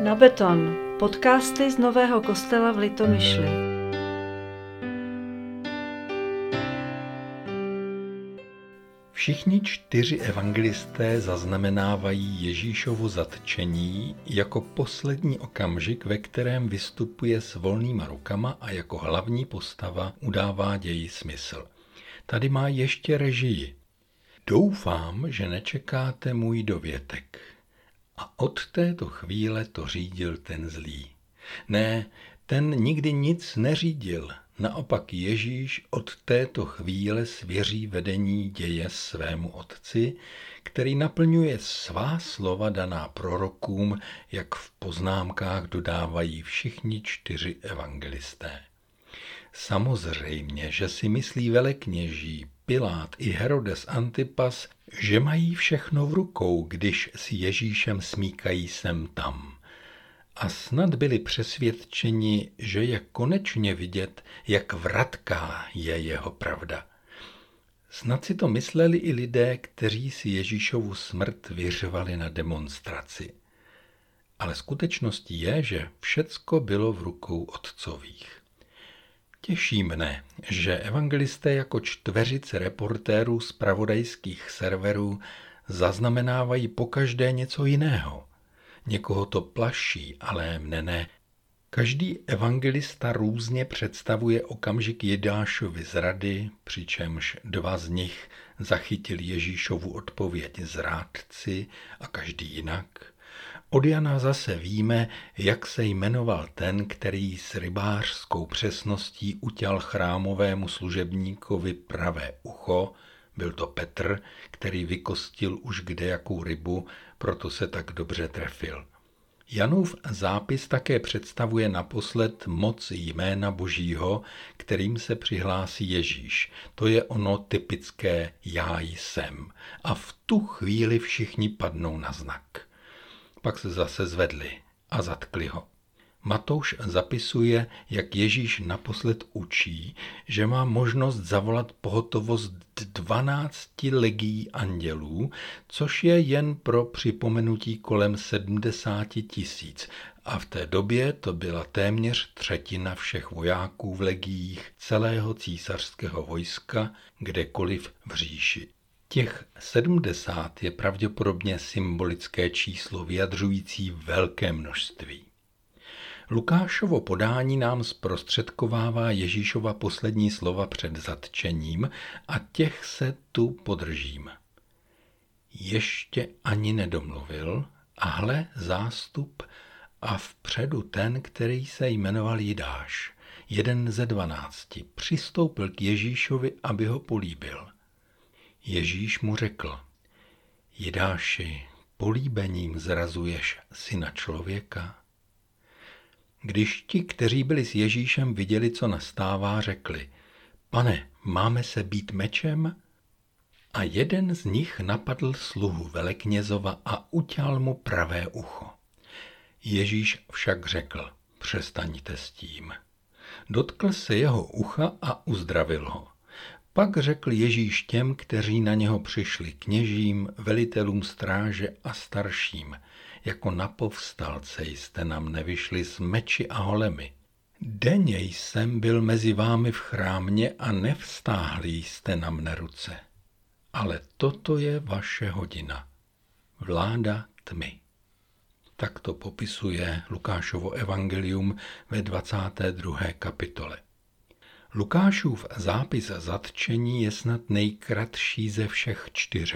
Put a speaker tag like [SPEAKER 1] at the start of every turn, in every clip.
[SPEAKER 1] Na beton. Podcasty z Nového Kostela v Litomyšli.
[SPEAKER 2] Všichni 4 evangelisté zaznamenávají Ježíšovo zatčení jako poslední okamžik, ve kterém vystupuje s volnýma rukama a jako hlavní postava udává ději smysl. Tady má ještě režii. Doufám, že nečekáte můj dovětek. A od této chvíle to řídil ten zlý. Ne, ten nikdy nic neřídil. Naopak Ježíš od této chvíle svěří vedení děje svému otci, který naplňuje svá slova daná prorokům, jak v poznámkách dodávají všichni 4 evangelisté. Samozřejmě, že si myslí velekněží, Pilát i Herodes Antipas, že mají všechno v rukou, když s Ježíšem smíkají sem tam. A snad byli přesvědčeni, že je konečně vidět, jak vratká je jeho pravda. Snad si to mysleli i lidé, kteří si Ježíšovu smrt vyřvali na demonstraci. Ale skutečností je, že všecko bylo v rukou otcových. Těší mne, že evangelisté jako čtveřice reportérů z zpravodajských serverů zaznamenávají pokaždé něco jiného. Někoho to plaší, ale mne ne. Každý evangelista různě představuje okamžik Jidášovy zrady, přičemž 2 z nich zachytili Ježíšovu odpověď zrádci a každý jinak. Od Jana zase víme, jak se jmenoval ten, který s rybářskou přesností uťal chrámovému služebníkovi pravé ucho. Byl to Petr, který vykostil už kdejakou rybu, proto se tak dobře trefil. Janův zápis také představuje naposled moc jména Božího, kterým se přihlásí Ježíš. To je ono typické já jsem. A v tu chvíli všichni padnou na znak. Pak se zase zvedli a zatkli ho. Matouš zapisuje, jak Ježíš naposled učí, že má možnost zavolat pohotovost 12 legií andělů, což je jen pro připomenutí kolem 70 000. A v té době to byla téměř 1/3 všech vojáků v legiích celého císařského vojska, kdekoliv v říši. Těch 70 je pravděpodobně symbolické číslo vyjadřující velké množství. Lukášovo podání nám zprostředkovává Ježíšova poslední slova před zatčením a těch se tu podržím. Ještě ani nedomluvil a hle zástup a vpředu ten, který se jmenoval Jidáš, 1 ze 12, přistoupil k Ježíšovi, aby ho políbil. Ježíš mu řekl: Jidáši, políbením zrazuješ syna člověka? Když ti, kteří byli s Ježíšem, viděli, co nastává, řekli: Pane, máme se být mečem? A jeden z nich napadl sluhu veleknězova a uťal mu pravé ucho. Ježíš však řekl: Přestaňte s tím. Dotkl se jeho ucha a uzdravil ho. Pak řekl Ježíš těm, kteří na něho přišli, kněžím, velitelům stráže a starším: Jako na povstalce jste nám nevyšli s meči a holemi. Denně jsem byl mezi vámi v chrámě a nevstáhli jste na mne ruce. Ale toto je vaše hodina. Vláda tmy. Tak to popisuje Lukášovo evangelium ve 22. kapitole. Lukášův zápis zatčení je snad nejkratší ze všech 4.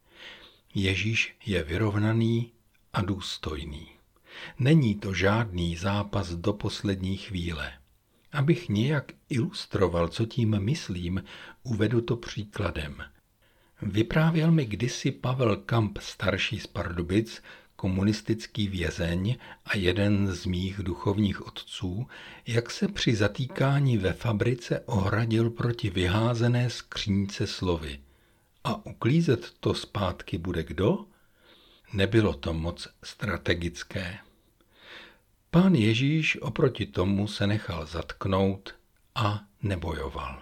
[SPEAKER 2] Ježíš je vyrovnaný a důstojný. Není to žádný zápas do poslední chvíle. Abych nějak ilustroval, co tím myslím, uvedu to příkladem. Vyprávěl mi kdysi Pavel Kamp, starší z Pardubic, komunistický vězeň a jeden z mých duchovních otců, jak se při zatýkání ve fabrice ohradil proti vyházené skříňce slovy: A uklízet to zpátky bude kdo? Nebylo to moc strategické. Pán Ježíš oproti tomu se nechal zatknout a nebojoval.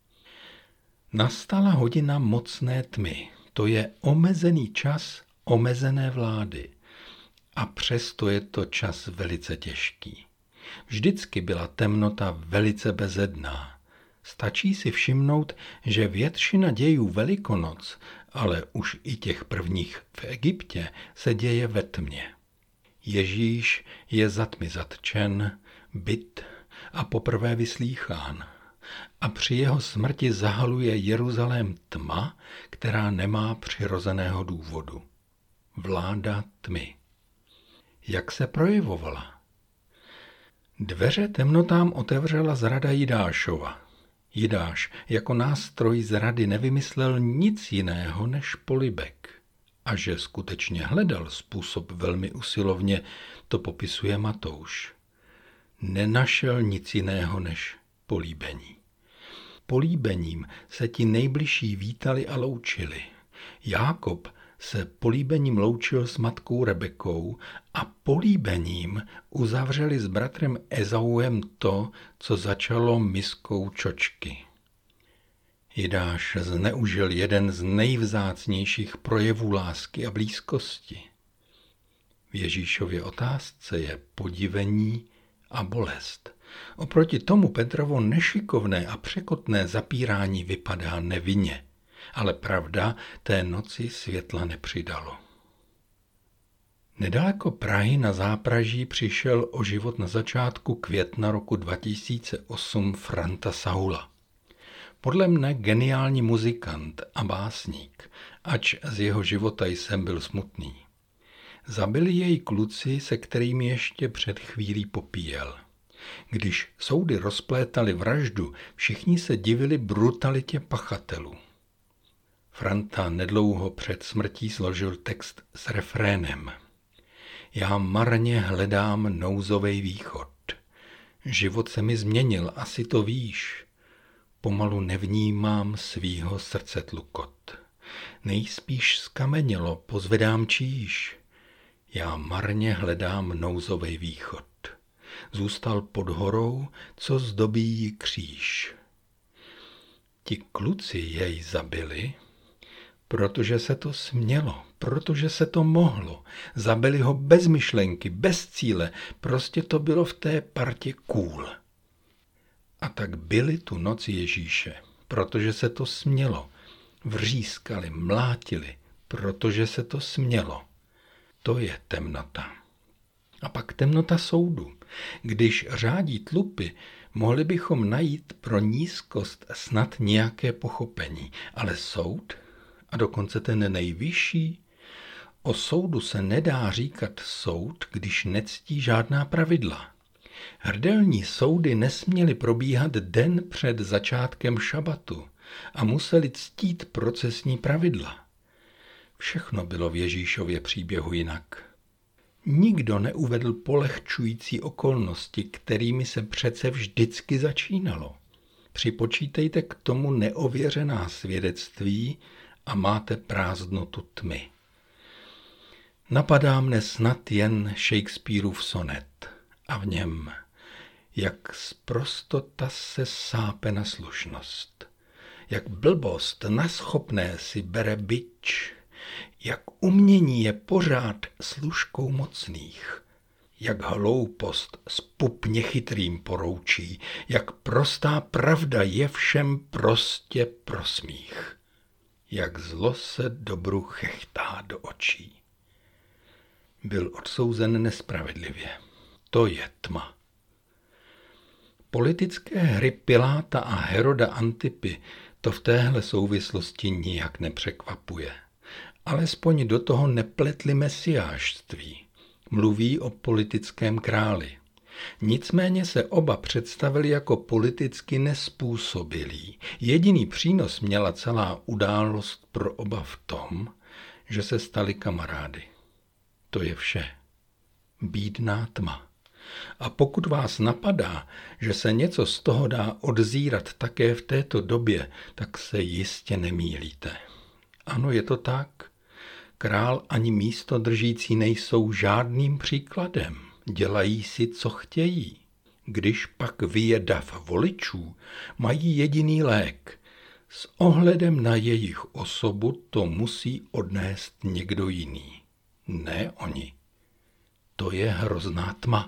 [SPEAKER 2] Nastala hodina mocné tmy, to je omezený čas omezené vlády. A přesto je to čas velice těžký. Vždycky byla temnota velice bezedná. Stačí si všimnout, že většina dějů Velikonoc, ale už i těch prvních v Egyptě, se děje ve tmě. Ježíš je za tmy zatčen, bit a poprvé vyslýchán. A při jeho smrti zahaluje Jeruzalém tma, která nemá přirozeného důvodu. Vláda tmy. Jak se projevovala? Dveře temnotám otevřela zrada Jidášova. Jidáš jako nástroj zrady nevymyslel nic jiného než polibek. A že skutečně hledal způsob velmi usilovně, to popisuje Matouš. Nenašel nic jiného než políbení. Políbením se ti nejbližší vítali a loučili. Jákob se políbením loučil s matkou Rebekou a políbením uzavřeli s bratrem Ezauem to, co začalo miskou čočky. Jidáš zneužil jeden z nejvzácnějších projevů lásky a blízkosti. V Ježíšově otázce je podivení a bolest. Oproti tomu Petrovo nešikovné a překotné zapírání vypadá nevinně, ale pravda té noci světla nepřidalo. Nedaleko Prahy na Zápraží přišel o život na začátku května roku 2008 Franta Sahula. Podle mne geniální muzikant a básník, ač z jeho života jsem byl smutný. Zabili jej kluci, se kterými ještě před chvílí popíjel. Když soudy rozplétaly vraždu, všichni se divili brutalitě pachatelů. Franta nedlouho před smrtí složil text s refrénem. Já marně hledám nouzovej východ. Život se mi změnil, asi to víš. Pomalu nevnímám svýho srdce tlukot. Nejspíš skamenělo, pozvedám číž. Já marně hledám nouzovej východ. Zůstal pod horou, co zdobí jí kříž. Ti kluci jej zabili, protože se to smělo, protože se to mohlo. Zabili ho bez myšlenky, bez cíle, prostě to bylo v té partě cool. A tak byli tu noc Ježíše, protože se to smělo. Vřískali, mlátili, protože se to smělo. To je temnota. A pak temnota soudu. Když řádí tlupy, mohli bychom najít pro nízkost snad nějaké pochopení, ale soud, a dokonce ten nejvyšší, o soudu se nedá říkat soud, když nectí žádná pravidla. Hrdelní soudy nesměly probíhat den před začátkem šabatu a museli ctít procesní pravidla. Všechno bylo v Ježíšově příběhu jinak. Nikdo neuvedl polehčující okolnosti, kterými se přece vždycky začínalo. Připočítejte k tomu neověřená svědectví a máte prázdnotu tmy. Napadá mne snad jen Shakespeareův sonet a v něm, jak sprostota se sápe na slušnost, jak blbost na schopné si bere bič, jak umění je pořád služkou mocných, jak hloupost spupně chytrým poroučí, jak prostá pravda je všem prostě pro smích, jak zlo se dobru chechtá do očí. Byl odsouzen nespravedlivě. To je tma. Politické hry Piláta a Heroda Antipy to v téhle souvislosti nijak nepřekvapuje. Alespoň do toho nepletli mesiášství. Mluví o politickém králi. Nicméně se oba představili jako politicky nezpůsobilí. Jediný přínos měla celá událost pro oba v tom, že se stali kamarády. To je vše. Bídná tma. A pokud vás napadá, že se něco z toho dá odzírat také v této době, tak se jistě nemýlíte. Ano, je to tak. Král ani místo držící nejsou žádným příkladem. Dělají si, co chtějí. Když pak vyje dav voličů, mají jediný lék. S ohledem na jejich osobu to musí odnést někdo jiný. Ne oni. to je hrozná tma.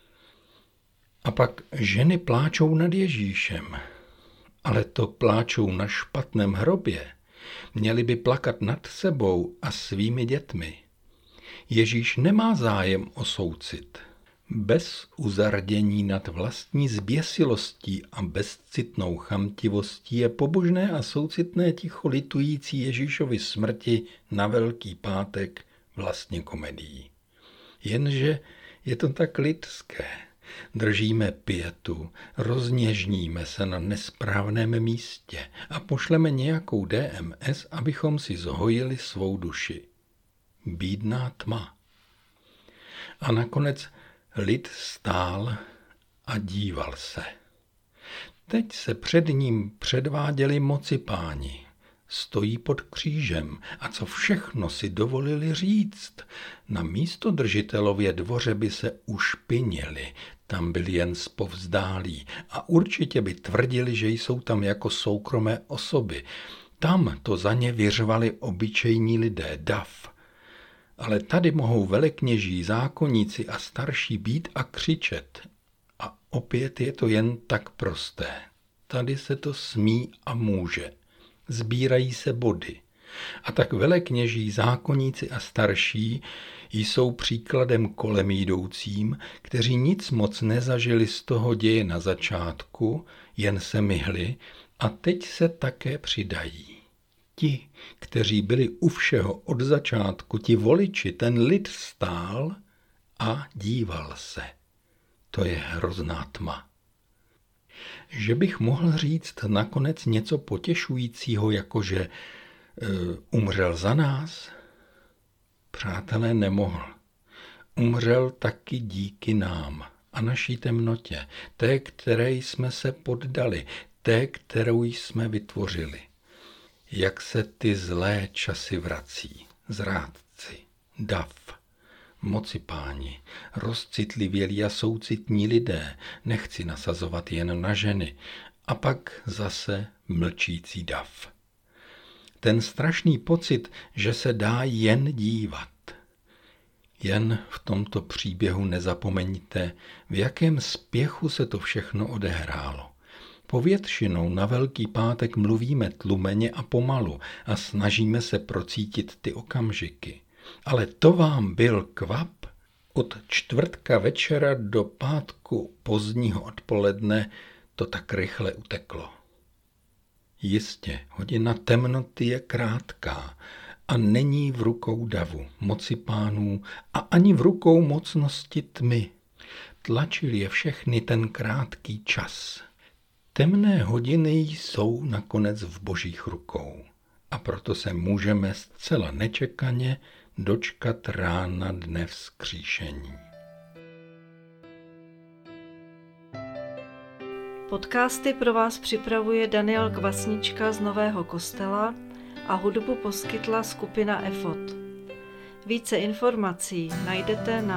[SPEAKER 2] A pak ženy pláčou nad Ježíšem, ale to pláčou na špatném hrobě. Měli by plakat nad sebou a svými dětmi. Ježíš nemá zájem o soucit. Bez uzardění nad vlastní zběsilostí a bezcitnou chamtivostí je pobožné a soucitné ticho litující Ježíšovy smrti na Velký pátek vlastně komedií. Jenže je to tak lidské. Držíme pietu, rozněžníme se na nesprávném místě a pošleme nějakou DMS, abychom si zhojili svou duši. Bídná tma. A nakonec lid stál a díval se. Teď se před ním předváděli mocipáni. Stojí pod křížem a co všechno si dovolili říct. Na místodržitelově dvoře by se ušpinili, tam byli jen zpovzdálí a určitě by tvrdili, že jsou tam jako soukromé osoby. Tam to za ně vyřvali obyčejní lidé, dav. Ale tady mohou velekněží, zákonníci a starší být a křičet. A opět je to jen tak prosté. Tady se to smí a může. Sbírají se body. A tak velekněží, zákonníci a starší jsou příkladem kolem jdoucím, kteří nic moc nezažili z toho děje na začátku, jen se myhli a teď se také přidají. Ti, kteří byli u všeho od začátku, ti voliči, ten lid stál a díval se. To je hrozná tma. Že bych mohl říct nakonec něco potěšujícího, jakože umřel za nás? Přátelé, nemohl. Umřel taky díky nám a naší temnotě, té, které jsme se poddali, té, kterou jsme vytvořili. Jak se ty zlé časy vrací, zrádci, dav, mocipáni, rozcitlivělí a soucitní lidé, nechci nasazovat jen na ženy, a pak zase mlčící dav. Ten strašný pocit, že se dá jen dívat. Jen v tomto příběhu nezapomeňte, v jakém spěchu se to všechno odehrálo. Povětšinou na Velký pátek mluvíme tlumeně a pomalu a snažíme se procítit ty okamžiky. Ale to vám byl kvap. Od čtvrtka večera do pátku pozdního odpoledne to tak rychle uteklo. Jistě, hodina temnoty je krátká a není v rukou davu, mocipánů a ani v rukou mocnosti tmy. Tlačil je všechny ten krátký čas. Temné hodiny jsou nakonec v Božích rukou a proto se můžeme zcela nečekaně dočkat rána dne vzkříšení.
[SPEAKER 1] Podcasty pro vás připravuje Daniel Kvasnička z Nového Kostela a hudbu poskytla skupina EFOT. Více informací najdete na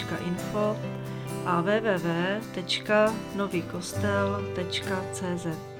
[SPEAKER 1] www.nabeton.info a www.novykostel.cz.